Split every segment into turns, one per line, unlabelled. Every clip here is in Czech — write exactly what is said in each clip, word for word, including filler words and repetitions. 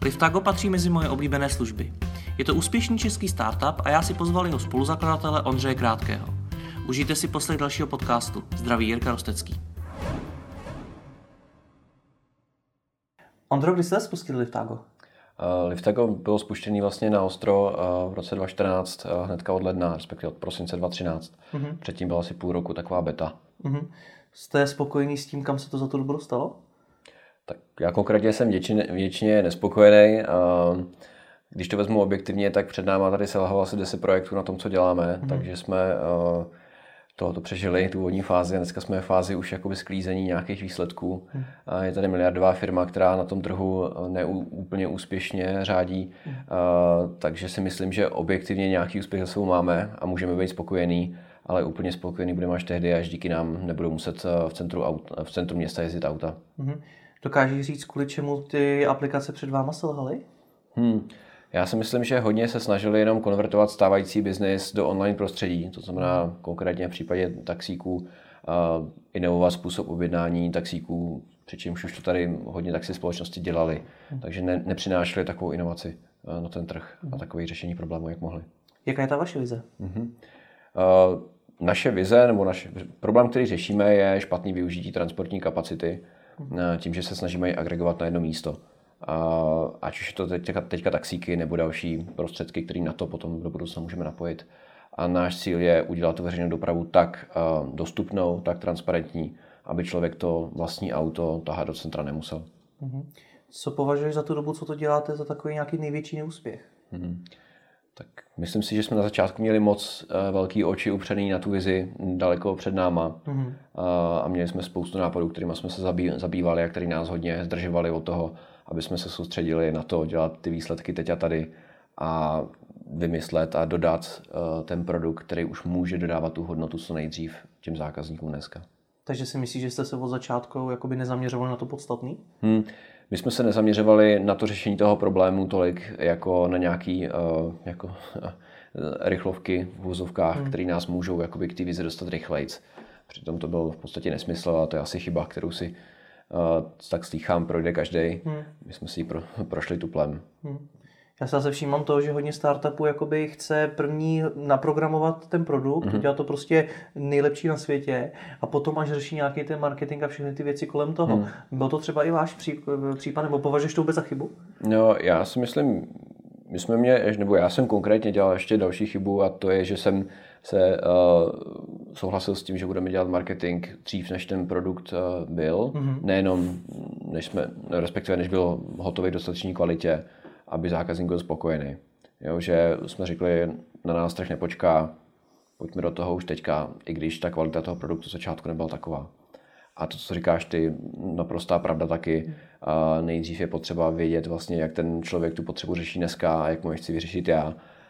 Liftago patří mezi moje oblíbené služby. Je to úspěšný český startup a já si pozval jeho spoluzakladatele Ondřeje Krátkého. Užijte si poslech dalšího podcastu. Zdraví Jirka Rostecký. Ondro, kdy jste spustili Liftago?
Uh, Liftago bylo spuštěný vlastně na ostro uh, v roce dva tisíce čtrnáct, uh, hnedka od ledna, respektive od prosince dva tisíce třináct. Uh-huh. Předtím byla asi půl roku taková beta.
Uh-huh. Jste spokojený s tím, kam se to za tu dobu dostalo?
Tak já konkrétně jsem většině, většině nespokojený. Uh, když to vezmu objektivně, tak před náma tady selhalo asi deset projektů na tom, co děláme, uh-huh. takže jsme uh, tohoto přežili, tu úvodní fázi, a dneska jsme v fázi už jakoby sklízení nějakých výsledků. Hmm. Je tady miliardová firma, která na tom trhu neúplně úspěšně řádí, hmm. takže si myslím, že objektivně nějaký úspěch za sebou máme a můžeme být spokojení, ale úplně spokojený budeme až tehdy, až díky nám nebudou muset v centru, aut, v centru města jezdit auta.
Hmm. Dokážeš říct, kvůli čemu ty aplikace před váma selhaly?
Hmm. Já si myslím, že hodně se snažili jenom konvertovat stávající biznis do online prostředí, to znamená konkrétně v případě taxíků uh, inovovat způsob objednání taxíků, přičemž už to tady hodně taxi společnosti dělali, hmm. takže ne, nepřinášeli takovou inovaci uh, na ten trh hmm. a takové řešení problémů, jak mohli.
Jaká je ta vaše vize?
Uh-huh. Uh, naše vize, nebo naše, problém, který řešíme, je špatný využití transportní kapacity hmm. uh, tím, že se snažíme ji agregovat na jedno místo. Uh, ať už je to teďka, teďka taxíky nebo další prostředky, které na to potom do budoucna můžeme napojit. A náš cíl je udělat tu veřejnou dopravu tak uh, dostupnou, tak transparentní, aby člověk to vlastní auto tahat do centra nemusel.
Mm-hmm. Co považuješ za tu dobu, co to děláte, za takový nějaký největší neúspěch?
Mm-hmm. Tak myslím si, že jsme na začátku měli moc uh, velký oči upřený na tu vizi daleko před náma. Mm-hmm. uh, a měli jsme spoustu nápadů, kterými jsme se zabý, zabývali a který nás hodně zdržovali od toho, aby jsme se soustředili na to, dělat ty výsledky teď a tady a vymyslet a dodat uh, ten produkt, který už může dodávat tu hodnotu co nejdřív těm zákazníkům dneska.
Takže si myslíš, že jste se od začátku jakoby nezaměřovali na to podstatný?
Hmm. My jsme se nezaměřovali na to řešení toho problému tolik jako na nějaký uh, jako, uh, rychlovky v vozovkách, hmm. které nás můžou jakoby k té vizi dostat rychlejc. Přitom to byl v podstatě nesmysl a to je asi chyba, kterou si Uh, tak slýchám, projde každý. Hmm. My jsme si ji pro, prošli tuplem. Hmm.
Já se zase všímám toho, že hodně startupů jakoby chce první naprogramovat ten produkt, hmm. udělat to prostě nejlepší na světě a potom až řeší nějaký ten marketing a všechny ty věci kolem toho. Hmm. Byl to třeba i váš pří, případ, nebo považuješ to vůbec za chybu?
No, já si myslím, my jsme mě, nebo já jsem konkrétně dělal ještě další chybu a to je, že jsem se uh, souhlasil s tím, že budeme dělat marketing dřív, než ten produkt uh, byl. Mm-hmm. Nejenom, než jsme, respektive než byl hotový v dostatečné kvalitě, aby zákazník byl spokojený. Jo, že jsme řekli, na nás trh nepočká, pojďme do toho už teďka, i když ta kvalita toho produktu začátku nebyla taková. A to, co říkáš ty, naprostá pravda taky. A nejdřív je potřeba vědět vlastně, jak ten člověk tu potřebu řeší dneska a jak mu ji chci vyřešit já.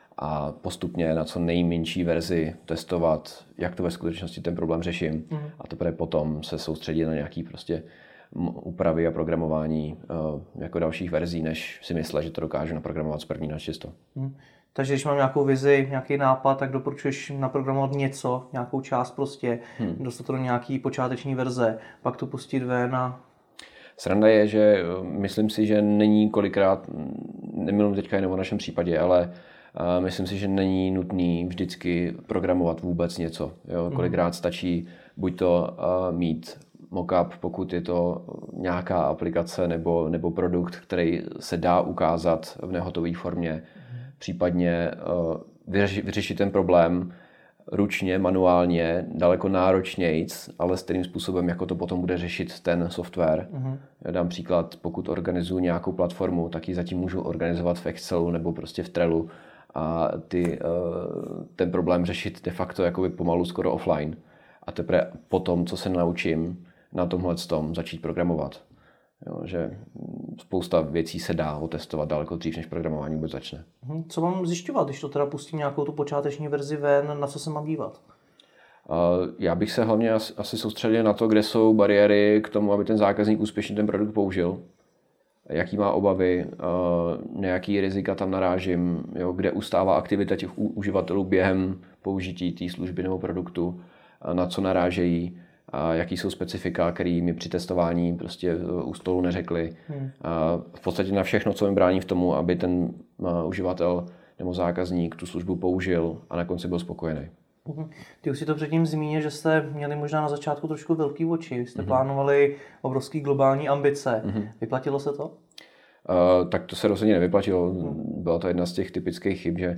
A postupně na co nejmenší verzi testovat, jak to ve skutečnosti ten problém řeším. Mm. A teprve potom se soustředit na nějaký prostě úpravy a programování uh, jako dalších verzí, než si myslet, že to dokážu naprogramovat z první na čisto. Mm.
Takže když mám nějakou vizi, nějaký nápad, tak doporučuješ naprogramovat něco, nějakou část prostě, hmm. dostat to do nějaký počáteční verze, pak to pustit ven a...
Sranda je, že myslím si, že není kolikrát, nemluvím teďka jenom o našem případě, ale uh, myslím si, že není nutný vždycky programovat vůbec něco. Jo? Kolikrát hmm. stačí buď to uh, mít mockup, pokud je to nějaká aplikace nebo, nebo produkt, který se dá ukázat v nehotové formě, případně uh, vyřešit, vyřešit ten problém ručně, manuálně, daleko náročnějc, ale stejným způsobem, jako to potom bude řešit ten software. Uh-huh. Já dám příklad, pokud organizuji nějakou platformu, tak ji zatím můžu organizovat v Excelu nebo prostě v Trellu a ty, uh, ten problém řešit de facto jakoby pomalu skoro offline. A teprve potom, co se naučím na tomhle tom, začít programovat. Jo, že spousta věcí se dá otestovat daleko dřív, než programování vůbec začne.
Co mám zjišťovat, když to teda pustím nějakou tu počáteční verzi ven, na co se mám dívat?
Já bych se hlavně asi soustředil na to, kde jsou bariéry k tomu, aby ten zákazník úspěšně ten produkt použil. Jaký má obavy, na jaký rizika tam narážím, jo, kde ustává aktivita těch uživatelů během použití té služby nebo produktu, na co narážejí. a jaký jsou specifika, který mi při testování prostě u stolu neřekli. Hmm. A v podstatě na všechno, co mi brání v tomu, aby ten uživatel nebo zákazník tu službu použil a na konci byl spokojený.
Hmm. Ty už si to předtím zmínil, že jste měli možná na začátku trošku velký oči. Jste hmm. plánovali obrovský globální ambice. Hmm. Vyplatilo se to?
Uh, tak to se rozhodně nevyplatilo. Hmm. Byla to jedna z těch typických chyb, že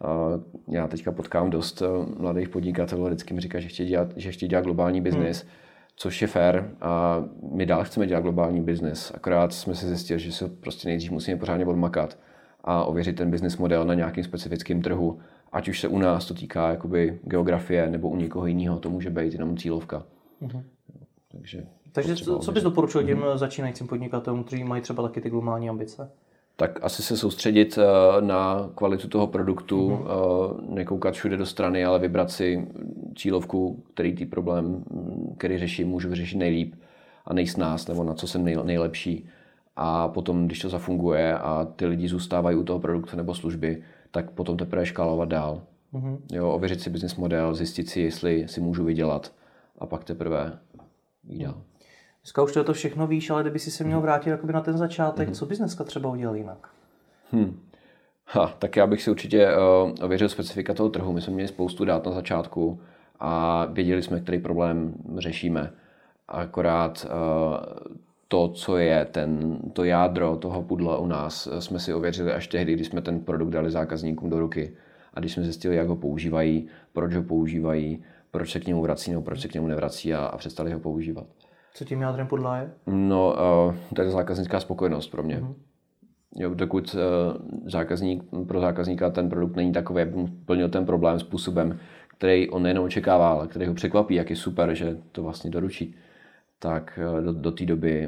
uh, já teďka potkám dost uh, mladých podnikatelů a vždycky mi říká, že chtějí dělat, že chtějí dělat globální biznis, hmm. což je fair a my dál chceme dělat globální biznis. Akorát jsme si zjistili, že se prostě nejdřív musíme pořádně odmakat a ověřit ten business model na nějakým specifickým trhu. Ať už se u nás to týká jakoby geografie nebo u někoho jiného, to může být jenom cílovka. Hmm.
Takže Takže co, co bys doporučil těm mm-hmm. začínajícím podnikatelům, kteří mají třeba taky ty globální ambice?
Tak asi se soustředit na kvalitu toho produktu, mm-hmm. nekoukat všude do strany, ale vybrat si cílovku, který ty problém, který řeším, můžu vyřešit nejlíp a nejsnáz, nebo na co jsem nej, nejlepší. A potom, když to zafunguje a ty lidi zůstávají u toho produktu nebo služby, tak potom teprve škálovat dál. Mm-hmm. Jo, ověřit si business model, zjistit si, jestli si můžu vydělat a pak teprve jít dál.
Dneska už to všechno víš, ale kdyby si se měl vrátit na ten začátek, mm-hmm. co bys dneska třeba udělal jinak?
Hmm. Ha, tak já bych si určitě uh, ověřil specifika toho trhu. My jsme měli spoustu dát na začátku a věděli jsme, který problém řešíme. Akorát uh, to, co je ten, to jádro toho pudla u nás, jsme si ověřili až tehdy, když jsme ten produkt dali zákazníkům do ruky. A když jsme zjistili, jak ho používají, proč ho používají, proč se k němu vrací nebo proč se k němu nevrací a, a přestali ho používat.
Co tím jádrem pudla je?
No, uh, to je zákaznická spokojenost pro mě. Mm-hmm. Jo, dokud uh, zákazník, pro zákazníka ten produkt není takový, aby mu plnil ten problém způsobem, který on nejen očekává, ale který ho překvapí, jak je super, že to vlastně doručí, tak uh, do, do té doby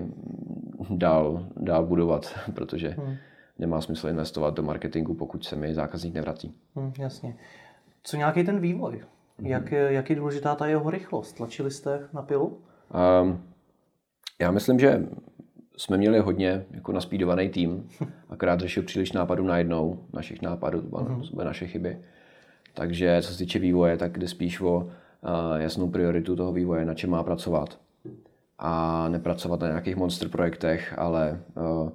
dál, dál budovat, protože mm. nemá smysl investovat do marketingu, pokud se mi zákazník nevrací.
Mm, jasně. Co nějaký ten vývoj? Mm-hmm. Jak, jak je důležitá ta jeho rychlost? Tlačili jste na pilu?
Um, já myslím, že jsme měli hodně jako naspídovaný tým, akorát řešil příliš nápadů najednou, našich nápadů, to byly mm-hmm. naše chyby. Takže co se týče vývoje, tak jde spíš o uh, jasnou prioritu toho vývoje, na čem má pracovat. A nepracovat na nějakých monster projektech, ale uh,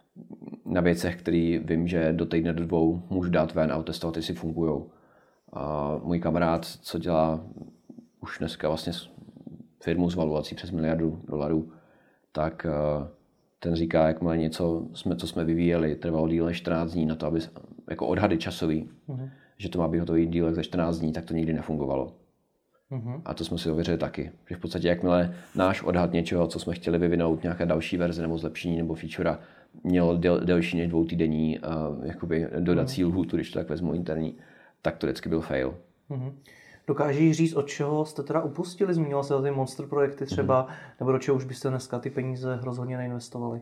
na věcech, které vím, že do týdne, do dvou můžu dát ven a otestovat, jestli fungují. Uh, můj kamarád, co dělá už dneska vlastně firmu s valuací přes miliardu dolarů, tak uh, ten říká, jakmile něco, jsme, co jsme vyvíjeli, trvalo díl než čtrnáct dní na to, aby, jako odhady časový, mm-hmm. že to má být hotový díl za čtrnáct dní, tak to nikdy nefungovalo. Mm-hmm. A to jsme si ověřili taky. Že v podstatě jakmile náš odhad něčeho, co jsme chtěli vyvinout, nějaké další verze nebo zlepšení nebo feature, mělo del, delší než dvoutýdenní uh, jakoby dodací mm-hmm. lhůtu, když to tak vezmu interní, tak to vždycky byl fail.
Mm-hmm. Dokážeš říct, od čeho jste teda upustili? Zmínil se ty monster projekty třeba, mm-hmm. nebo do čeho už byste dneska ty peníze rozhodně neinvestovali?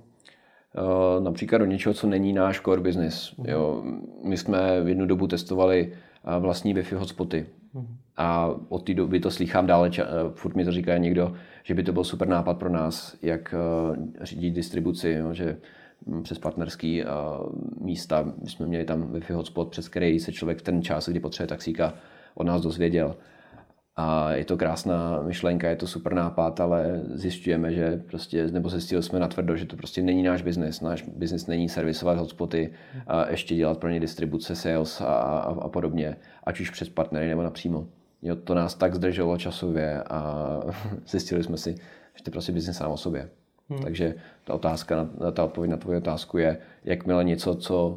Uh, například do něčeho, co není náš core business. Mm-hmm. Jo, my jsme v jednu dobu testovali vlastní Wi-Fi hotspoty. Mm-hmm. A od té doby to slýchám dále, ča- furt mi to říká někdo, že by to byl super nápad pro nás, jak uh, řídit distribuci, jo, že přes partnerský uh, místa, jsme měli tam Wi-Fi hotspot, přes který se člověk v ten čas, kdy potřebuje taxíka, od nás dozvěděl. A je to krásná myšlenka, je to super nápad, ale zjišťujeme, že prostě, nebo zjistili jsme natvrdo, že to prostě není náš biznis. Náš biznis není servisovat hotspoty, a ještě dělat pro ně distribuce, sales a, a, a podobně, ať už přes partnery nebo napřímo. Jo, to nás tak zdrželo časově a zjistili jsme si, že to je prostě biznis sám o sobě. Hmm. Takže ta otázka, ta odpověď na tvoji otázku je, jakmile něco, co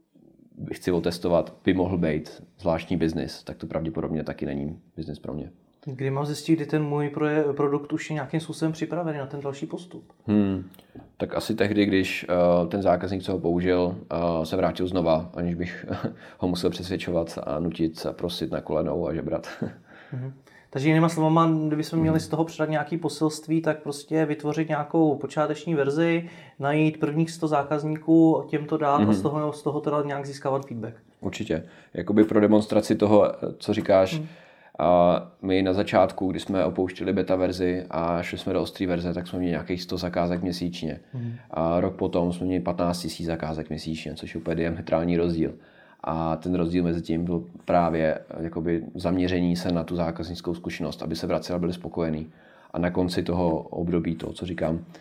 chci otestovat, by mohl být zvláštní biznis, tak to pravděpodobně taky není biznis pro mě.
Kdy mám zjistit, kdy ten můj produkt už je nějakým způsobem připravený na ten další postup?
Hmm. Tak asi tehdy, když uh, ten zákazník, co ho použil, uh, se vrátil znova, aniž bych ho musel přesvědčovat a nutit a prosit na kolenou a žebrat.
Hmm. Takže jinýma slovama, kdybychom měli z toho předat nějaké poselství, tak prostě vytvořit nějakou počáteční verzi, najít prvních sto zákazníků, těm to dát mm-hmm. a z toho, z toho teda nějak získávat feedback.
Určitě. Jakoby pro demonstraci toho, co říkáš, mm. a my na začátku, když jsme opouštěli beta verzi a šli jsme do ostrý verze, tak jsme měli nějakých sto zakázek měsíčně. Mm. A rok potom jsme měli patnáct tisíc zakázek měsíčně, což je úplně diametrální rozdíl. A ten rozdíl mezi tím byl právě jakoby zaměření se na tu zákaznickou zkušenost, aby se vraceli a byli spokojení. a na konci toho období, toho, co říkám, uh,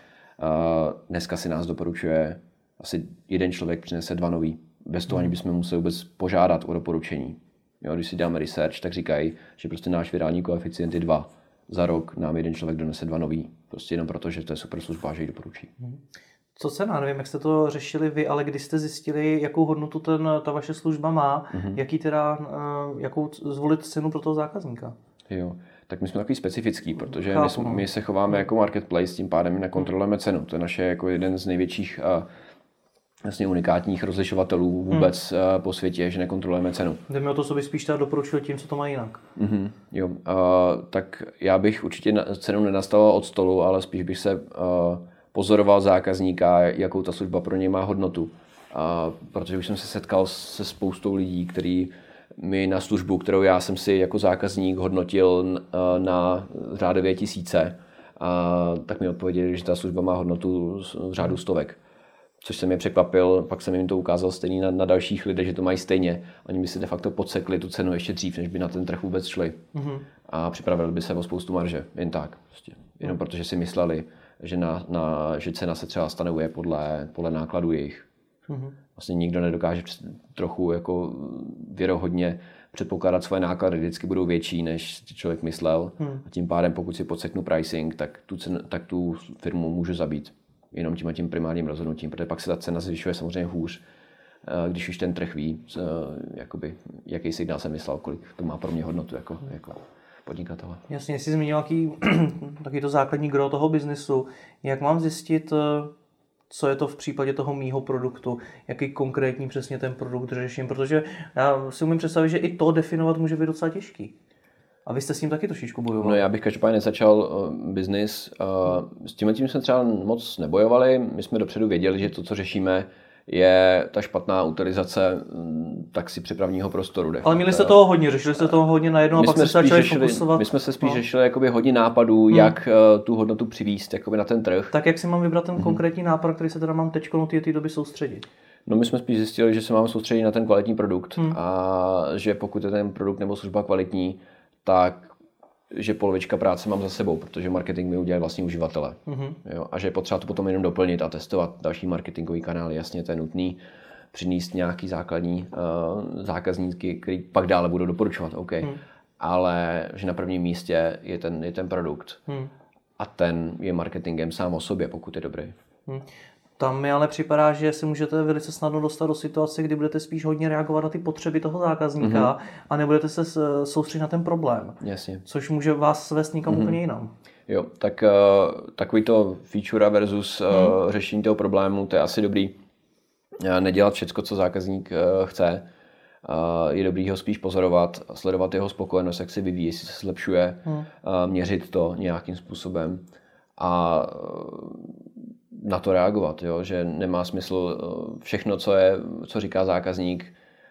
dneska si nás doporučuje asi jeden člověk přinese dva nový. Bez toho, ani bychom museli vůbec požádat o doporučení. Jo, když si dáme research, tak říkají, že prostě náš virální koeficient je dva. Za rok nám jeden člověk donese dva nový. Prostě jenom proto, že to je super služba, že ji doporučí.
Co cena? Nevím, jak jste to řešili vy, ale když jste zjistili, jakou hodnotu ten, ta vaše služba má, mm-hmm. jaký teda, jakou zvolit cenu pro toho zákazníka?
Jo, tak my jsme takový specifický, protože my, jsme, my se chováme jako marketplace, tím pádem nekontrolujeme cenu. To je naše jako jeden z největších a vlastně unikátních rozlišovatelů vůbec hmm. po světě, že nekontrolujeme cenu.
Jde mi o to, co by spíš teda doporučil tím, co to má jinak.
Mm-hmm, jo, uh, tak já bych určitě na, cenu nenastavoval od stolu, ale spíš bych se uh, pozoroval zákazníka, jakou ta služba pro něj má hodnotu. Uh, protože už jsem se setkal se spoustou lidí, kteří mi na službu, kterou já jsem si jako zákazník hodnotil uh, na řádově tisíce, uh, tak mi odpověděli, že ta služba má hodnotu v řádu stovek. Což se mě překvapil, pak jsem jim to ukázal stejný na, na dalších lidech, že to mají stejně. Oni by si de facto podsekli tu cenu ještě dřív, než by na ten trh vůbec šli. Mm-hmm. A připravili by se o spoustu marže, jen tak. Prostě. Jenom mm. protože si mysleli, že, na, na, že cena se třeba stanovuje podle, podle nákladů jejich. Mm-hmm. Vlastně nikdo nedokáže trochu jako věrohodně předpokládat svoje náklady, vždycky budou větší, než člověk myslel. Mm. A tím pádem, pokud si podseknu pricing, tak tu, cen, tak tu firmu můžu zabít. Jenom tím a tím primárním rozhodnutím, protože pak se ta cena zvyšuje samozřejmě hůř, když už ten trh ví, jakoby, jaký signál jsem myslel, kolik to má pro mě hodnotu jako, jako podnikatele.
Jasně, jsi zmínil jaký, taky to základní gro toho biznesu. Jak mám zjistit, co je to v případě toho mýho produktu, jaký konkrétní přesně ten produkt řeším, protože já si umím představit, že i to definovat může být docela těžký. A vy jste s tím taky trošičku bojoval.
No já bych každopádně nezačal uh, biznis. Uh, s tím tím jsme třeba moc nebojovali. My jsme dopředu věděli, že to, co řešíme, je ta špatná utilizace um, taxi přepravního prostoru.
Ale měli jste toho hodně, řešili jste toho hodně najednou a pak se začali fokusovat.
My jsme se spíš no. řešili jakoby hodně nápadů, hmm. jak uh, tu hodnotu přivést jakoby na ten trh.
Tak jak si mám vybrat ten hmm. konkrétní nápad, který se teda mám teď na té doby soustředit?
No my jsme spíš zjistili, že se máme soustředit na ten kvalitní produkt hmm. a že pokud je ten produkt nebo služba kvalitní, tak že polovička práce mám za sebou, protože marketing mi udělají vlastní uživatele. Mm-hmm. Jo, a že je potřeba to potom jenom doplnit a testovat další marketingový kanály. Jasně, to je nutný přinést nějaký základní uh, zákazníky, který pak dále budou doporučovat. OK. Mm. Ale že na prvním místě je ten, je ten produkt. Mm. A ten je marketingem sám o sobě, pokud je dobrý. Mm.
Tam mi ale připadá, že si můžete velice snadno dostat do situace, kdy budete spíš hodně reagovat na ty potřeby toho zákazníka mm-hmm. a nebudete se soustředit na ten problém.
Jasně.
Což může vás svést někam mm-hmm. úplně jinam.
Jo, tak uh, takový to feature versus uh, mm. řešení toho problému, to je asi dobrý. Uh, nedělat všecko, co zákazník uh, chce. Uh, je dobrý ho spíš pozorovat, sledovat jeho spokojenost, jak se vyvíjí, jestli se zlepšuje, mm. uh, měřit to nějakým způsobem a uh, na to reagovat, jo? Že nemá smysl všechno, co, je, co říká zákazník,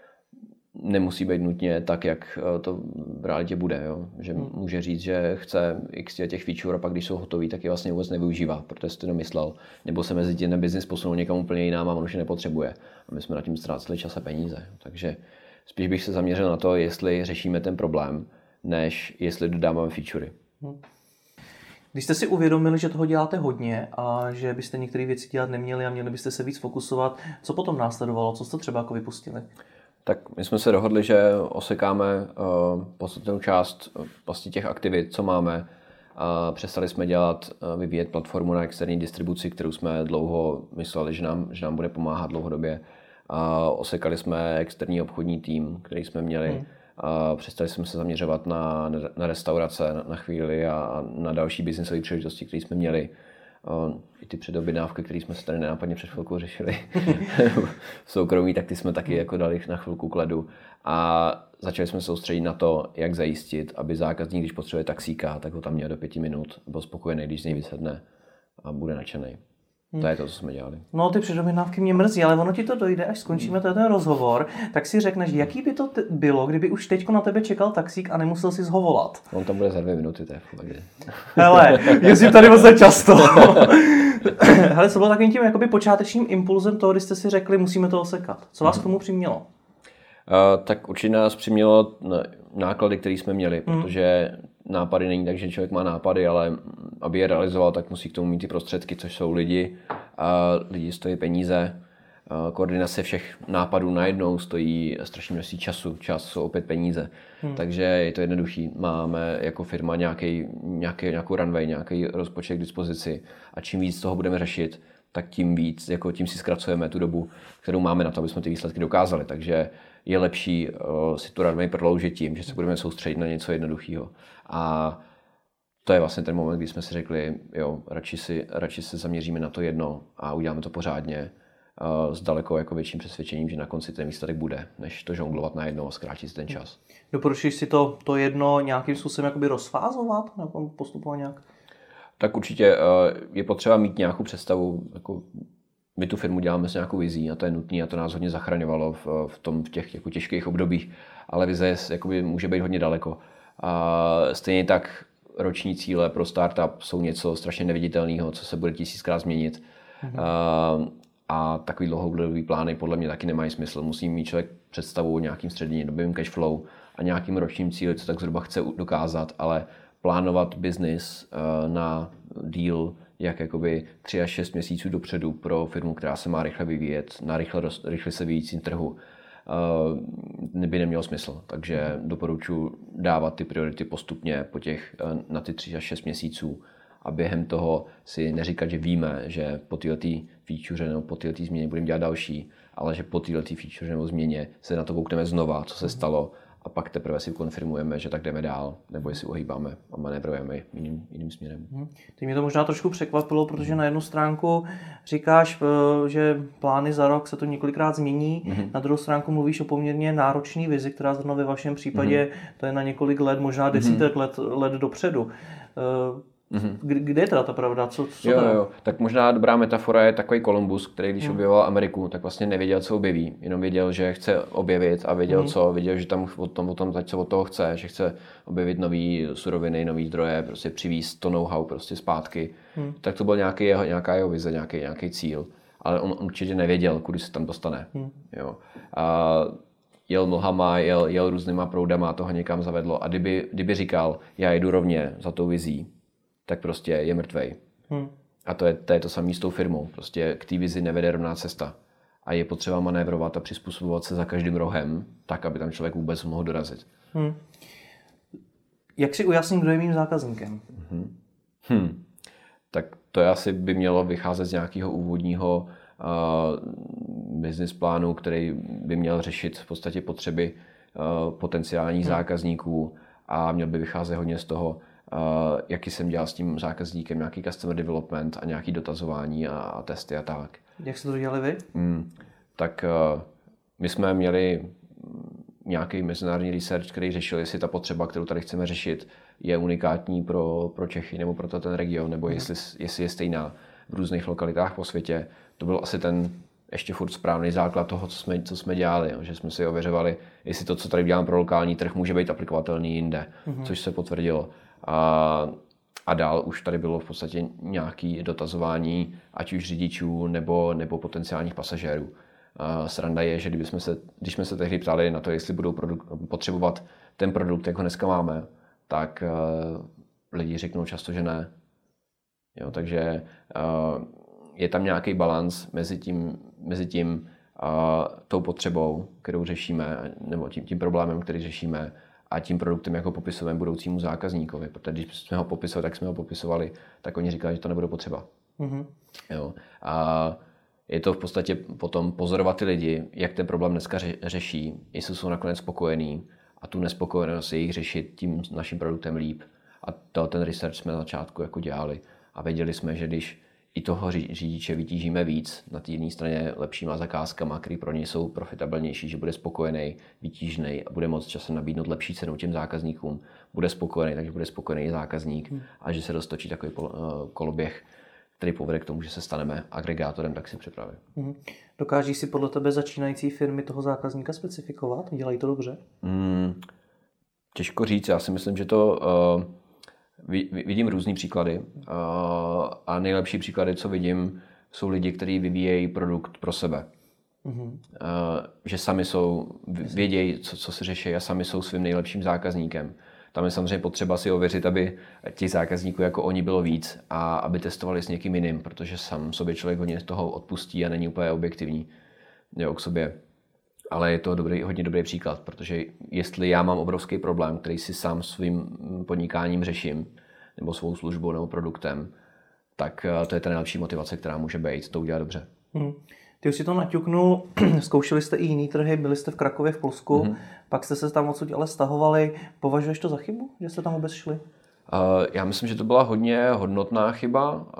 nemusí být nutně tak, jak to v realitě bude. Jo? Že hmm. může říct, že chce x těch feature a pak, když jsou hotový, tak je vlastně vůbec nevyužívá, protože jsi to nemyslel. Nebo se mezi tím ten business posunul někam úplně jinam a on už je nepotřebuje. A my jsme na tím ztráceli čas a peníze. Takže spíš bych se zaměřil na to, jestli řešíme ten problém, než jestli dodáváme featurey. Hmm.
Když jste si uvědomili, že toho děláte hodně a že byste některé věci dělat neměli a měli byste se víc fokusovat, co potom následovalo? Co jste třeba jako vypustili?
Tak my jsme se dohodli, že osekáme uh, podstatnou část vlastně těch aktivit, co máme. Uh, přestali jsme dělat, uh, vyvíjet platformu na externí distribuci, kterou jsme dlouho mysleli, že nám, že nám bude pomáhat dlouhodobě. Uh, osekali jsme externí obchodní tým, který jsme měli. Hmm. A přestali jsme se zaměřovat na, na restaurace na, na chvíli a na další biznesové příležitosti, které jsme měli. I ty předobědnávky, které jsme se tady nenápadně před chvilkou řešili v soukromí, tak ty jsme taky jako dali na chvilku k ledu. A začali jsme se soustředit na to, jak zajistit, aby zákazník, když potřebuje taxíka, tak ho tam měl do pěti minut, byl spokojený, když z něj vysedne a bude nadšený. To je to, co jsme dělali.
No, ty předobědnávky mě mrzí, ale ono ti to dojde, až skončíme ten rozhovor, tak si řekneš, jaký by to t- bylo, kdyby už teďko na tebe čekal taxík a nemusel si zhovolat.
On tam bude za dvě minuty, to je v pohodě.
Hele, jezdím tady moc často. Hele, co bylo takovým tím jakoby počátečním impulzem toho, když jste si řekli, musíme to osekat? Co vás k tomu přimělo?
Uh, tak určitě nás přimělo náklady, které jsme měli, mm. protože nápady není tak, že člověk má nápady, ale aby je realizoval, tak musí k tomu mít ty prostředky, což jsou lidi. A lidi stojí peníze. Koordinace všech nápadů najednou stojí strašně množství času. Čas jsou opět peníze. Hmm. Takže je to jednoduchý. Máme jako firma nějaký, nějaký, nějakou runway, nějaký rozpočet k dispozici a čím víc toho budeme řešit, tak tím víc, jako tím si zkracujeme tu dobu, kterou máme na to, aby jsme ty výsledky dokázali. Takže je lepší uh, si tu runway prodloužit tím, že se budeme soustředit na něco jednoduchého. A to je vlastně ten moment, kdy jsme si řekli, jo, radši, si, radši se zaměříme na to jedno a uděláme to pořádně uh, s daleko jako větším přesvědčením, že na konci ten výsledek bude, než to žonglovat najednou a zkrátit si ten čas.
Doporučíš si to, to jedno nějakým způsobem jakoby rozfázovat nebo postupovat nějak?
Tak určitě uh, je potřeba mít nějakou představu, jako my tu firmu děláme s nějakou vizí a to je nutné a to nás hodně zachraňovalo v, v, tom, v těch jako těžkých obdobích, ale vize je, jakoby, může být hodně daleko. A stejně tak roční cíle pro startup jsou něco strašně neviditelného, co se bude tisíckrát změnit. Mhm. A, a takový dlouhodobý plány podle mě taky nemají smysl. Musí mít člověk představu o nějakým střednědobým cash flow a nějakým ročním cíli, co tak zhruba chce dokázat, ale plánovat business uh, na deal jak jakoby tři až šest měsíců dopředu pro firmu, která se má rychle vyvíjet na rychle, rychle se vyvíjícím trhu, uh, by nemělo smysl. Takže doporučuji dávat ty priority postupně po těch, uh, na ty tři až šest měsíců a během toho si neříkat, že víme, že po této feature nebo po této změně budeme dělat další, ale že po této feature nebo změně se na to koukneme znova, co se stalo, a pak teprve si konfirmujeme, že tak jdeme dál, nebo jestli ohýbáme a manévrujeme jiným, jiným směrem.
Hmm. Teď mě to možná trošku překvapilo, protože na jednu stránku říkáš, že plány za rok se to několikrát změní, hmm. na druhou stránku mluvíš o poměrně náročné vizi, která zrovna ve vašem případě hmm. to je na několik let, možná desítek hmm. let, let dopředu. Mm-hmm. Kde je teda ta pravda? Co, co
jo,
teda?
jo, tak možná dobrá metafora je takový Kolumbus, který když mm. objevoval Ameriku, tak vlastně nevěděl, co objeví. Jenom věděl, že chce objevit a věděl mm. co. Věděl, že tam o tom, o tom teď, co od toho chce, že chce objevit nové suroviny, nové zdroje, prostě přivízt to know-how prostě zpátky. Mm. Tak to byl nějaký jeho, nějaká jeho vize, nějaký, nějaký cíl. Ale on určitě nevěděl, kudy se tam dostane. Mm. Jo. A jel nohama, jel, jel různýma proudama, toho někam zavedlo. A kdyby, kdyby říkal, já jdu rovně za tou vizí, tak prostě je mrtvej. Hmm. A to je, to je to samé s tou firmou. Prostě k té vizi nevede rovná cesta. A je potřeba manévrovat a přizpůsobovat se za každým rohem, tak, aby tam člověk vůbec mohl dorazit. Hmm.
Jak si ujasním, kdo je mým zákazníkem?
Hmm. Hmm. Tak to je asi by mělo vycházet z nějakého úvodního uh, business plánu, který by měl řešit v podstatě potřeby uh, potenciálních hmm. zákazníků a měl by vycházet hodně z toho, Uh, jaký jsem dělal s tím zákazníkem, nějaký customer development a nějaký dotazování a, a testy a tak.
Jak jste to dělali vy?
Mm, tak uh, my jsme měli nějaký mezinárodní research, který řešil, jestli ta potřeba, kterou tady chceme řešit, je unikátní pro, pro Čechy nebo pro ten region, nebo mm. jestli, jestli je stejná v různých lokalitách po světě. To byl asi ten ještě furt správný základ toho, co jsme, co jsme dělali, že jsme si ověřovali, jestli to, co tady dělám pro lokální trh, může být aplikovatelný jinde, mm. což se potvrdilo. A, a dál už tady bylo v podstatě nějaké dotazování, ať už řidičů nebo, nebo potenciálních pasažérů. A sranda je, že kdyby jsme se, když jsme se tehdy ptali na to, jestli budou produk- potřebovat ten produkt, jak ho dneska máme, tak uh, lidi řeknou často, že ne. Jo, takže uh, je tam nějaký balans mezi tím, mezi tím uh, tou potřebou, kterou řešíme, nebo tím, tím problémem, který řešíme, a tím produktem jako popisovém budoucímu zákazníkovi. Protože když jsme ho popisovali, tak jsme ho popisovali, tak oni říkali, že to nebude potřeba. Mm-hmm. Jo. A je to v podstatě potom pozorovat ty lidi, jak ten problém dneska ře- řeší, jestli jsou nakonec spokojení a tu nespokojenost jejich řešit tím naším produktem líp. A to, ten research jsme na začátku jako dělali a věděli jsme, že když i toho řidiče vytížíme víc, na té jedné straně lepšíma zakázkama, které pro něj jsou profitabilnější, že bude spokojený, vytížnej a bude moct časem nabídnout lepší cenu těm zákazníkům, bude spokojený, takže bude spokojený zákazník hmm. a že se roztočí takový koloběh, který povede k tomu, že se staneme agregátorem taxi přepravy. Hmm.
Dokáží si podle tebe začínající firmy toho zákazníka specifikovat? Dělají to dobře?
Hmm, těžko říct, já si myslím, že to... Uh, Vidím různý příklady a nejlepší příklady, co vidím, jsou lidi, kteří vyvíjejí produkt pro sebe. Mm-hmm. Že sami jsou, vědějí, co, co se řeší a sami jsou svým nejlepším zákazníkem. Tam je samozřejmě potřeba si ověřit, aby těch zákazníků jako oni bylo víc a aby testovali s někým jiným, protože sám sobě člověk hodně z toho odpustí a není úplně objektivní, jo, k sobě. Ale je to dobrý, hodně dobrý příklad, protože jestli já mám obrovský problém, který si sám svým podnikáním řeším, nebo svou službou nebo produktem, tak to je ta nejlepší motivace, která může být, to udělat dobře.
Hmm. Ty už si to naťuknul, zkoušeli jste i jiný trhy, byli jste v Krakově v Polsku, mm-hmm. pak jste se tam odsud ale stahovali. Považuješ to za chybu, že jste tam vůbec šli?
Uh, já myslím, že to byla hodně hodnotná chyba, uh,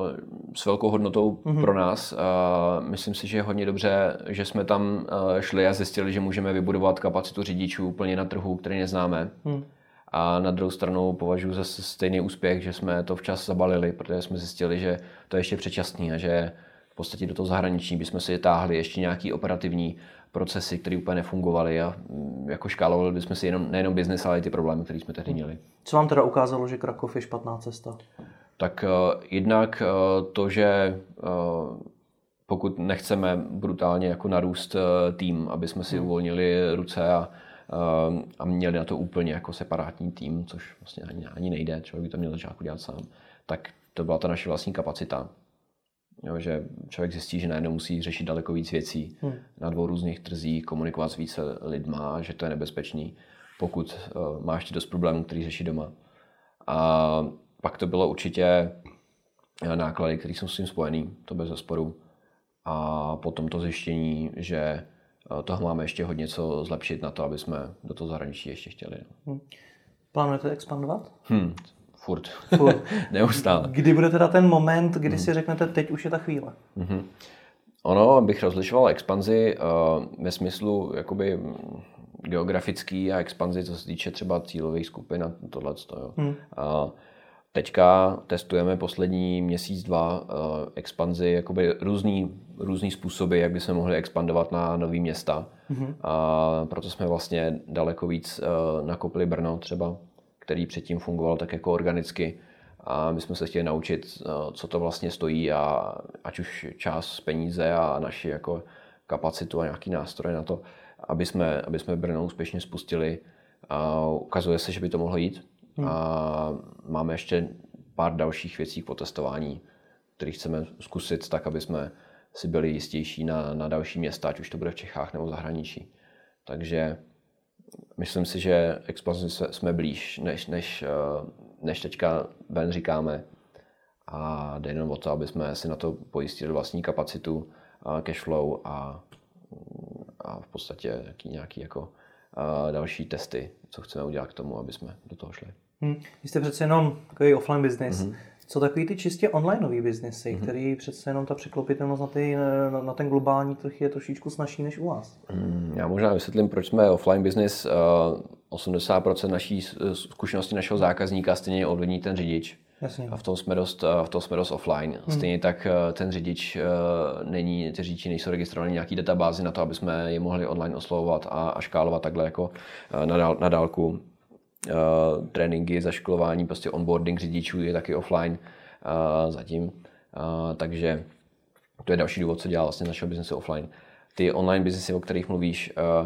s velkou hodnotou mm-hmm. pro nás. Uh, myslím si, že je hodně dobře, že jsme tam uh, šli a zjistili, že můžeme vybudovat kapacitu řidičů úplně na trhu, který neznáme. Mm. A na druhou stranu považuji za stejný úspěch, že jsme to včas zabalili, protože jsme zjistili, že to je ještě předčasný a že v podstatě do toho zahraničí bychom si táhli ještě nějaký operativní procesy, které úplně nefungovaly a jako škálovali bychom si jenom, nejenom biznes, ale i ty problémy, které jsme tehdy měli.
Co vám teda ukázalo, že Krakov je špatná cesta?
Tak uh, jednak uh, to, že uh, pokud nechceme brutálně jako narůst uh, tým, aby jsme si hmm. uvolnili ruce a, uh, a měli na to úplně jako separátní tým, což vlastně ani, ani nejde, člověk by to měl začátku dělat sám, tak to byla ta naše vlastní kapacita. Jo, že člověk zjistí, že najednou musí řešit daleko víc věcí hmm. na dvou různých trzích, komunikovat s více lidma, že to je nebezpečný, pokud uh, máš dost problémů, který řeší doma. A pak to bylo určitě náklady, které jsou s tím spojený, to bez zesporu. A potom to zjištění, že toho máme ještě hodně co zlepšit na to, aby jsme do toho zahraničí ještě chtěli. Hmm.
Plánujete expandovat?
Hmm. Furt.
Furt.
Neustále.
Kdy bude teda ten moment, kdy hmm. si řeknete, teď už je ta chvíle?
Hmm. Ono, bych rozlišoval expanzi uh, ve smyslu jakoby geografický a expanzi, co se týče třeba cílových skupin a tohleto. Hmm. Uh, teďka testujeme poslední měsíc, dva uh, expanzi, jakoby různý, různý způsoby, jak by jsme mohli expandovat na nový města. Hmm. Uh, proto jsme vlastně daleko víc uh, nakopli Brno třeba, který předtím fungoval tak jako organicky. A my jsme se chtěli naučit, co to vlastně stojí a ať už čas, peníze a naši jako kapacitu a nějaký nástroje na to, aby jsme, aby jsme Brno úspěšně spustili. A ukazuje se, že by to mohlo jít. Hmm. A máme ještě pár dalších věcí k potestování, které chceme zkusit tak, aby jsme si byli jistější na, na další města, ať už to bude v Čechách nebo v zahraničí. Takže myslím si, že expanzi jsme blíž, než, než, než teďka ven říkáme. A jde jenom o to, aby jsme si na to pojistili vlastní kapacitu, cashflow a, a v podstatě nějaký, nějaký jako další testy, co chceme udělat k tomu, aby jsme do toho šli.
Hmm. Vy jste přece jenom takový offline business. Mm-hmm. Co takový ty čistě onlineový biznesy, mm-hmm. který přece jenom ta překlopitelnost na, ty, na, na ten globální trh je trošičku snazší než u vás?
Mm, já možná vysvětlím, proč jsme offline business. Uh, osmdesát procent naší zkušenosti našeho zákazníka stejně ovlivní ten řidič.
Jasně.
A v tom jsme dost, v tom jsme dost offline. Mm. Stejně tak ten řidič uh, není, ty řidiči nejsou registrovaní nějaký databázi na to, aby jsme je mohli online oslovovat a, a škálovat takhle jako uh, na, dál, na dálku. Uh, tréninky, zaškolování, prostě onboarding řidičů je taky offline uh, zatím. Uh, takže to je další důvod, co dělá vlastně našeho biznesu offline. Ty online biznesy, o kterých mluvíš, uh,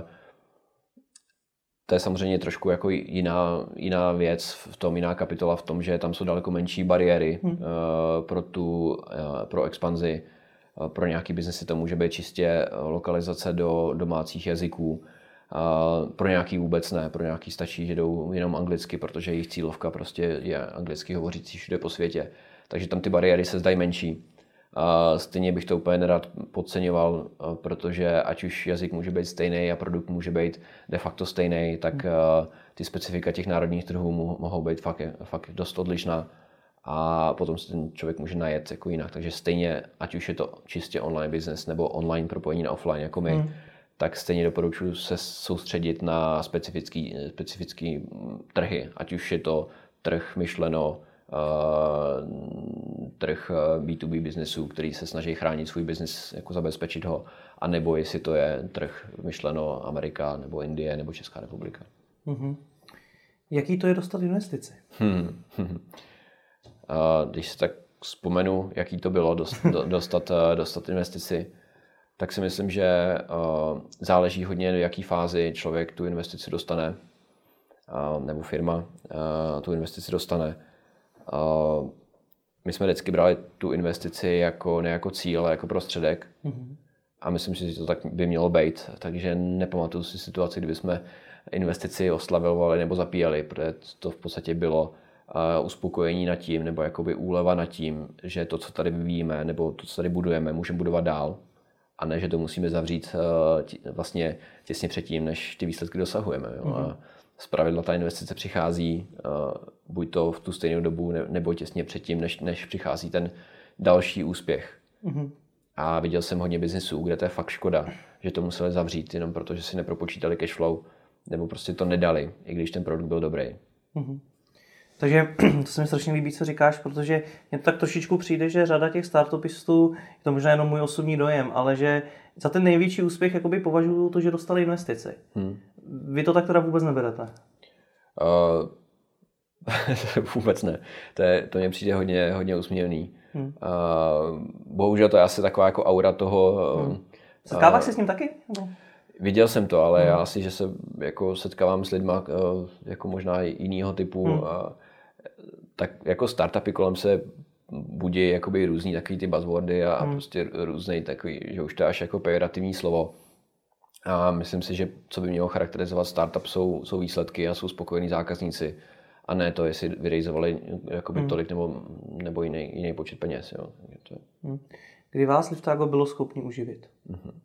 to je samozřejmě trošku jako jiná, jiná věc, v tom jiná kapitola v tom, že tam jsou daleko menší bariéry hmm. uh, pro tu uh, pro expanzi. Uh, pro nějaký biznesy to může být čistě lokalizace do domácích jazyků. Uh, pro nějaký vůbec ne, pro nějaký stačí, že jdou jenom anglicky, protože jejich cílovka prostě je anglicky hovořící všude po světě. Takže tam ty bariéry se zdají menší. Uh, stejně bych to úplně nerad podceňoval, uh, protože ať už jazyk může být stejný a produkt může být de facto stejný, tak uh, ty specifika těch národních trhů mohou být fakt, fakt dost odlišná a potom se ten člověk může najet jako jinak. Takže stejně, ať už je to čistě online business nebo online propojení na offline jako my, hmm. tak stejně doporučuji se soustředit na specifický, specifický trhy, ať už je to trh myšleno, uh, trh bé dvě bé biznesů, který se snaží chránit svůj biznis, jako zabezpečit ho, anebo jestli to je trh myšleno Amerika, nebo Indie, nebo Česká republika.
Mm-hmm. Jaký to je dostat investici?
Hmm. uh, když si tak vzpomenu, jaký to bylo dost, do, dostat, dostat investici, tak si myslím, že uh, záleží hodně, do jaký fázi člověk tu investici dostane. nebo firma tu investici dostane. My jsme vždycky brali tu investici jako, ne jako cíl, ale jako prostředek. Mm-hmm. A myslím si, že to tak by mělo být. Takže nepamatuju si situaci, kdyby jsme investici oslavovali nebo zapíjeli, protože to v podstatě bylo uspokojení nad tím, nebo jakoby úleva nad tím, že to, co tady vyvíjíme, nebo to, co tady budujeme, můžeme budovat dál. A ne, že to musíme zavřít vlastně těsně předtím, než ty výsledky dosahujeme. Jo? Mm-hmm. A zpravidla ta investice přichází buď to v tu stejnou dobu, nebo těsně předtím, než, než přichází ten další úspěch. Mm-hmm. A viděl jsem hodně biznisů, kde to je fakt škoda, že to museli zavřít jenom proto, že si nepropočítali cash flow, nebo prostě to nedali, i když ten produkt byl dobrý.
Mm-hmm. Takže to se mi strašně líbí, co říkáš, protože mně to tak trošičku přijde, že řada těch startupistů, je to možná jenom můj osobní dojem, ale že za ten největší úspěch jakoby považují to, že dostali investici. Hmm. Vy to tak teda vůbec neberete? Uh,
vůbec ne. To, je, to mně přijde hodně, hodně usměvný. Hmm. Uh, bohužel to je asi taková jako aura toho...
Hmm. Setkáváš uh, se s ním taky? No.
Viděl jsem to, ale hmm. já asi, že se jako setkávám s lidma uh, jako možná jiného typu. Hmm. A, tak jako startupy kolem se budí jakoby různý takový ty buzzwordy a hmm. prostě různý takový, že už to je až jako pejorativní slovo. A myslím si, že co by mělo charakterizovat startup jsou, jsou výsledky a jsou spokojení zákazníci. A ne to, jestli vyrejzovali jakoby hmm. tolik nebo, nebo jiný, jiný počet peněz. Jo. To je...
hmm. Kdy vás Liftago bylo schopný uživit?
Hmm.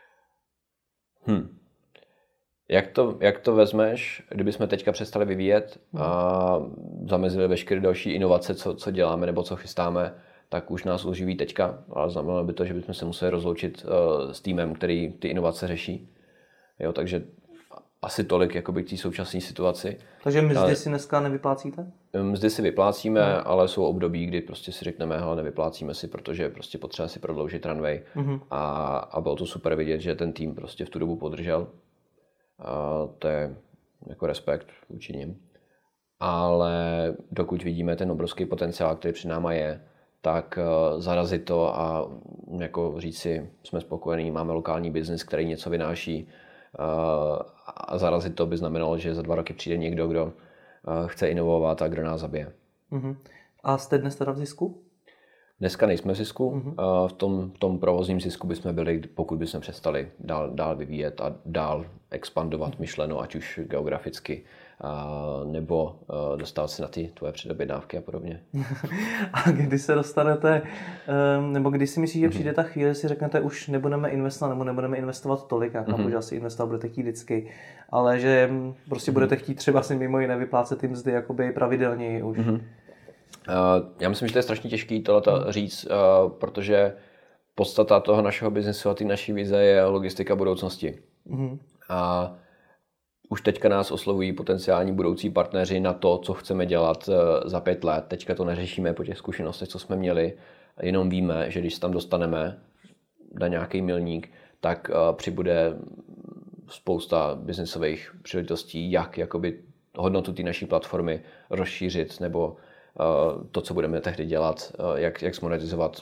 Hmm. Jak to, jak to vezmeš, kdybychom teďka přestali vyvíjet a zamezili veškeré další inovace, co, co děláme nebo co chystáme, tak už nás uživí teďka, ale znamenalo by to, že bychom se museli rozloučit uh, s týmem, který ty inovace řeší. Jo, takže asi tolik jakoby k té současné situaci.
Takže mzdy ale, si dneska nevyplácíte?
Mzdy si vyplácíme, no. ale jsou období, kdy prostě si řekneme, hele, nevyplácíme si, protože prostě potřeba si prodloužit runway. Mm-hmm. A, a bylo to super vidět, že ten tým prostě v tu dobu podržel. A to je jako respekt vůči nim. Ale dokud vidíme ten obrovský potenciál, který před náma je, tak uh, zarazit to a jako říct si, jsme spokojení, máme lokální biznis, který něco vynáší, uh, a zarazit to by znamenalo, že za dva roky přijde někdo, kdo uh, chce inovovat a kdo nás zabije.
Uh-huh. A jste dnes teda v zisku?
Dneska nejsme v zisku. Uh-huh. Uh, v tom, v tom provozním zisku bychom byli, pokud bychom přestali dál, dál vyvíjet a dál expandovat uh-huh. myšleno, ať už geograficky, uh, nebo uh, dostat se na ty tvoje předobjednávky a podobně.
A kdy se dostanete, um, nebo kdy si myslíš, že přijde ta chvíle, si řeknete, už nebudeme investovat, nebo nebudeme investovat tolik, já chápu, uh-huh. že asi investovat budete chtít vždycky, ale že prostě uh-huh. budete chtít třeba si mimo jiné vyplácet ty mzdy jakoby pravidelněji už. Uh-huh.
Uh, já myslím, že to je strašně těžké tohleto hmm. říct, uh, protože podstata toho našeho biznesu a té naší vize je logistika budoucnosti. Hmm. A už teďka nás oslovují potenciální budoucí partneři na to, co chceme dělat uh, za pět let. Teďka to neřešíme po těch zkušenostech, co jsme měli, jenom víme, že když se tam dostaneme na nějaký milník, tak uh, přibude spousta biznesových příležitostí, jak jakoby hodnotu té naší platformy rozšířit nebo to, co budeme tehdy dělat, jak, jak zmonetizovat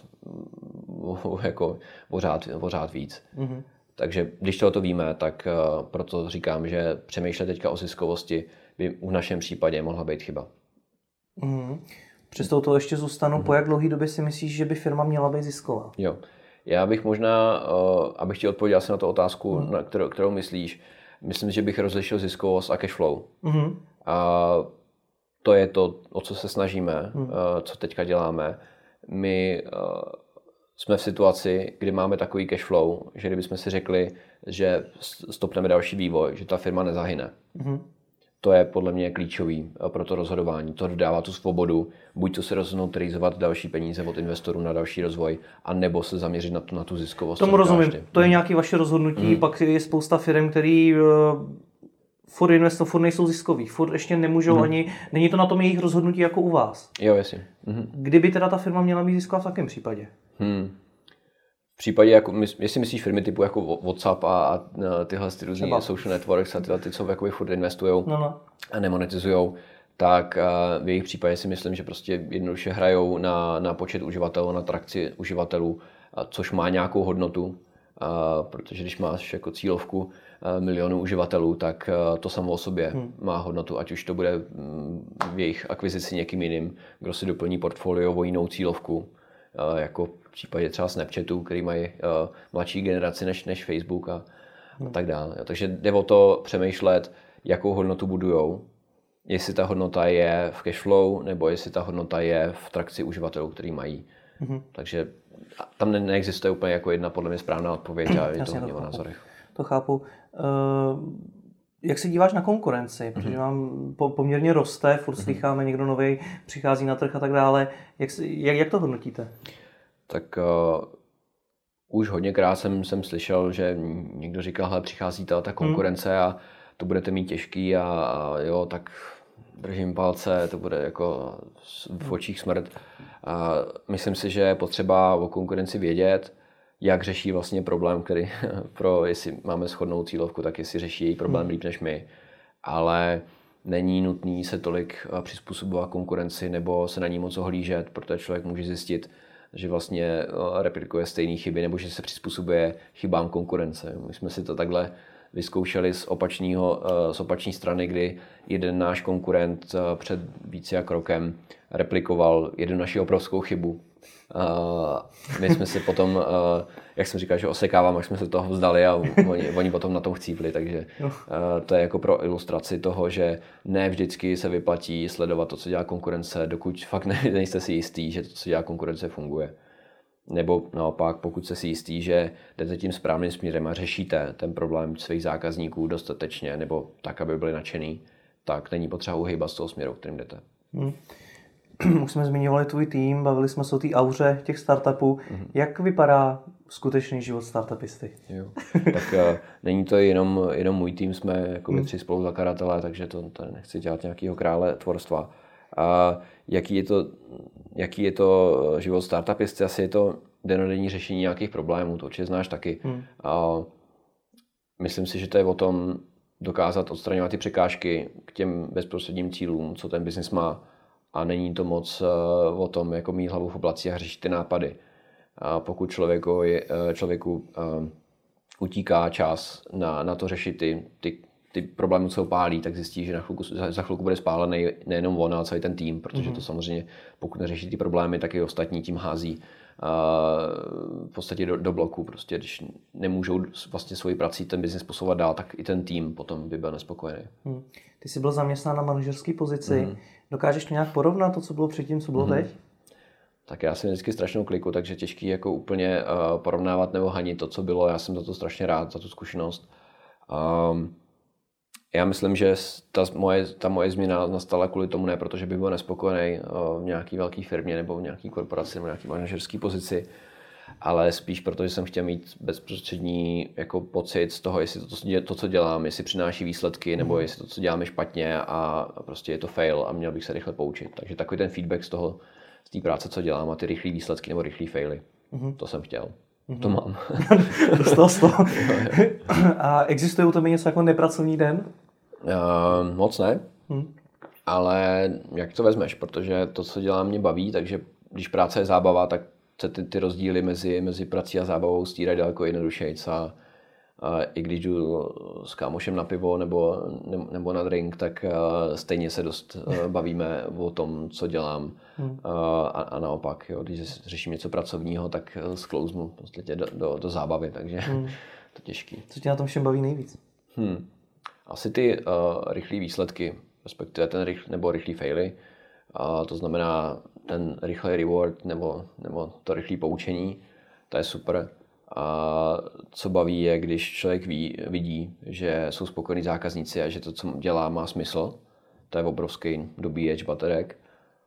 jako pořád, pořád víc. Mm-hmm. Takže když tohoto víme, tak proto říkám, že přemýšlet teďka o ziskovosti by v našem případě mohla být chyba.
Mm-hmm. Přesto to ještě zůstanu. Mm-hmm. Po jak dlouhé době si myslíš, že by firma měla být zisková?
Jo. Já bych možná, abych ti odpověděl asi na tu otázku, mm-hmm. na kterou, kterou myslíš, myslím, že bych rozlišil ziskovost a cash flow. Mm-hmm. A to je to, o co se snažíme, hmm. co teďka děláme. My uh, jsme v situaci, kdy máme takový cash flow, že kdybychom si řekli, že stopneme další vývoj, že ta firma nezahyne. Hmm. To je podle mě klíčový pro to rozhodování. To dodává tu svobodu, buď to se rozhodnout rýzovat další peníze od investorů na další rozvoj, anebo se zaměřit na tu, na tu ziskovost.
Tomu rozumím. To je nějaké vaše rozhodnutí, hmm. pak je spousta firm, který... Uh... furt investor, furt nejsou ziskový, furt ještě nemůžou mm. ani, není to na tom jejich rozhodnutí jako u vás.
Jo, jasně. Mm.
Kdyby teda ta firma měla být zisková v takém případě?
Hmm. V případě, jako, jestli myslíš firmy typu jako WhatsApp a, a tyhle ty různý Třeba. social networks a tyhle ty, co jakoby furt investujou no, no. a nemonetizujou, tak v jejich případě si myslím, že prostě jednoduše hrajou na, na počet uživatelů, na trakci uživatelů, což má nějakou hodnotu. A protože když máš jako cílovku milionů uživatelů, tak to samo o sobě hmm. má hodnotu, ať už to bude v jejich akvizici někým jiným, kdo si doplní portfolio o jinou cílovku, jako v případě třeba Snapchatu, který mají mladší generaci než, než Facebook a, hmm. a tak dále. Takže jde o to přemýšlet, jakou hodnotu budujou, jestli ta hodnota je v cashflow, nebo jestli ta hodnota je v trakci uživatelů, který mají. Hmm. Takže tam ne- neexistuje úplně jako jedna podle mě správná odpověď a je to hodně o názorech.
To chápu. Uh, jak se díváš na konkurenci? Protože vám po, poměrně roste, furt slycháme, někdo nový přichází na trh a tak dále. Jak, jak, jak to hodnotíte?
Tak uh, už hodněkrát jsem, jsem slyšel, že někdo říkal, hele, přichází ta, ta konkurence hmm. a to budete mít těžký a, a jo, tak držím palce, to bude jako v očích smrt. A myslím si, že je potřeba o konkurenci vědět, jak řeší vlastně problém, který pro, jestli máme shodnou cílovku, tak jestli řeší její problém líp než my. Ale není nutný se tolik přizpůsobovat konkurenci nebo se na ní moc ohlížet, protože člověk může zjistit, že vlastně replikuje stejné chyby nebo že se přizpůsobuje chybám konkurence. My jsme si to takhle vyzkoušeli z, opačního, z opační strany, kdy jeden náš konkurent před více jak rokem replikoval jednu naši obrovskou chybu. My jsme si potom, jak jsem říkal, že osekávám, jak jsme se toho vzdali a oni, oni potom na tom chcípli, takže to je jako pro ilustraci toho, že ne vždycky se vyplatí sledovat to, co dělá konkurence, dokud fakt nejste si jistý, že to, co dělá konkurence, funguje. Nebo naopak, pokud jste si jistý, že jdete tím správným směrem a řešíte ten problém svých zákazníků dostatečně nebo tak, aby byli nadšený, tak není potřeba uhýbat z toho směru, kterým jdete. Hmm.
Už jsme zmiňovali tvůj tým, bavili jsme se o té auře těch startupů. Mm-hmm. Jak vypadá skutečný život startupisty?
Jo. Tak uh, není to jenom, jenom můj tým, jsme jako mm. tři spoluzakladatelé, takže to, to nechci dělat nějakého krále tvorstva. A jaký je to, jaký je to život startupisty? Asi je to dennodenní řešení nějakých problémů, to určitě znáš taky. Mm. A myslím si, že to je o tom dokázat odstraňovat ty překážky k těm bezprostředním cílům, co ten biznis má. A není to moc uh, o tom, jako mít hlavu v oblaci a řešit ty nápady. A pokud člověku, je, člověku uh, utíká čas na, na to řešit ty, ty, ty problémy, co ho pálí, tak zjistí, že na chvilku, za, za chvilku bude spálený nejenom on, ale celý ten tým, protože mm-hmm. to samozřejmě, pokud neřeší ty problémy, tak i ostatní tím hází uh, v podstatě do, do bloku. Prostě, když nemůžou vlastně svoji prací ten biznis posouvat dál, tak i ten tým potom by byl nespokojený. Mm.
Ty jsi byl zaměstnán na manažerské pozici. Mm. Dokážeš to nějak porovnat, to, co bylo předtím, co bylo mm. teď?
Tak já jsem vždycky strašnou kliku, takže těžký jako úplně uh, porovnávat nebo hanit to, co bylo. Já jsem za to strašně rád, za tu zkušenost. Um, já myslím, že ta moje, ta moje změna nastala kvůli tomu, ne protože bych byl nespokojený uh, v nějaké velké firmě nebo v nějaké korporaci nebo v nějaké manažerské pozici, ale spíš protože jsem chtěl mít bezprostřední jako pocit z toho, jestli to, to, co dělám, jestli přináší výsledky, nebo jestli to, co dělám, je špatně a prostě je to fail a měl bych se rychle poučit. Takže takový ten feedback z toho, z té práce, co dělám a ty rychlé výsledky nebo rychlé faily, mm-hmm. to jsem chtěl. Mm-hmm. To mám.
Dostal z toho. A existuje u tebe něco jako nepracovní den?
Uh, moc ne, mm. ale jak to vezmeš, protože to, co dělám, mě baví, takže když práce je zábava, tak se ty, ty rozdíly mezi, mezi prací a zábavou stírají daleko jednodušejc a, a i když jdu s kámošem na pivo nebo, ne, nebo na drink, tak a, stejně se dost a, bavíme o tom, co dělám hmm. a, a naopak, jo, když řeším něco pracovního, tak sklouznu prostě do, do, do zábavy, takže hmm. to je těžký.
Co tě na tom všem baví nejvíc?
Hmm. Asi ty uh, rychlé výsledky, respektive ten rychl, nebo rychlý faily, a to znamená ten rychlý reward nebo, nebo to rychlé poučení, to je super. A co baví je, když člověk ví, vidí, že jsou spokojení zákazníci a že to, co dělá, má smysl. To je obrovský dobíječ baterek.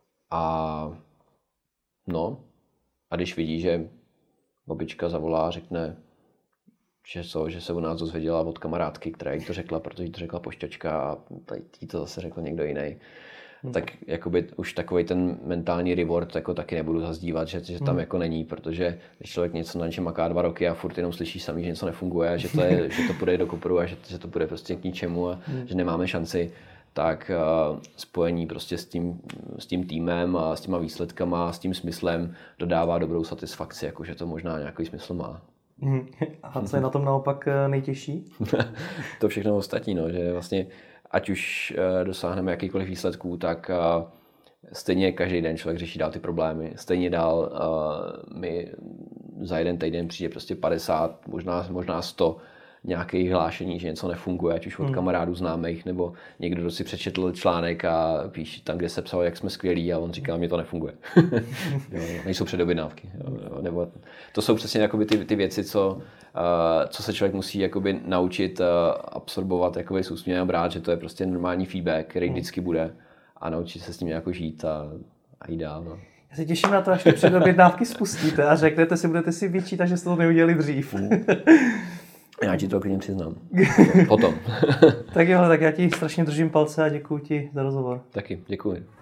A no, a když vidí, že babička zavolá a řekne, že, co, že se u nás dozvěděla od kamarádky, která jí to řekla, protože jí to řekla pošťačka a tady jí to zase řekl někdo jiný. Hmm. Tak jakoby už takový ten mentální reward jako taky nebudu zazdívat, že, že tam hmm. jako není, protože když člověk něco na něčem maká dva roky a furt jenom slyší samý, že něco nefunguje a že to, je, že to půjde do kopru a že, že to bude prostě k ničemu a hmm. že nemáme šanci, tak uh, spojení prostě s tím, s tím týmem a s těma výsledkama a s tím smyslem dodává dobrou satisfakci, jako že to možná nějaký smysl má.
A co je na tom naopak nejtěžší?
To všechno ostatní, no, že vlastně ať už dosáhneme jakýkoliv výsledků, tak stejně každý den člověk řeší dál ty problémy. Stejně dál mi za jeden týden přijde prostě padesát, možná, možná sto nějakých hlášení, že něco nefunguje, ať už od hmm. kamarádů známých, nebo někdo, kdo si přečetl článek a píše tam, kde se psal, jak jsme skvělí a on říká, mě to nefunguje. Jo, nejsou předobjednávky. Jo, nebo to jsou přesně jakoby ty, ty věci, co, uh, co se člověk musí jakoby naučit uh, absorbovat jakoby s úsměvem a brát, že to je prostě normální feedback, který vždycky bude a naučit se s tím jako žít a, a jít dál. No.
Já se těším na to, až ty předobjednávky spustíte a řeknete si, budete si vyčítat, že jste to neudělali dřív.
Já ti to klidně přiznám. Potom.
Tak jo, tak já ti strašně držím palce a děkuji ti za rozhovor.
Taky, děkuji.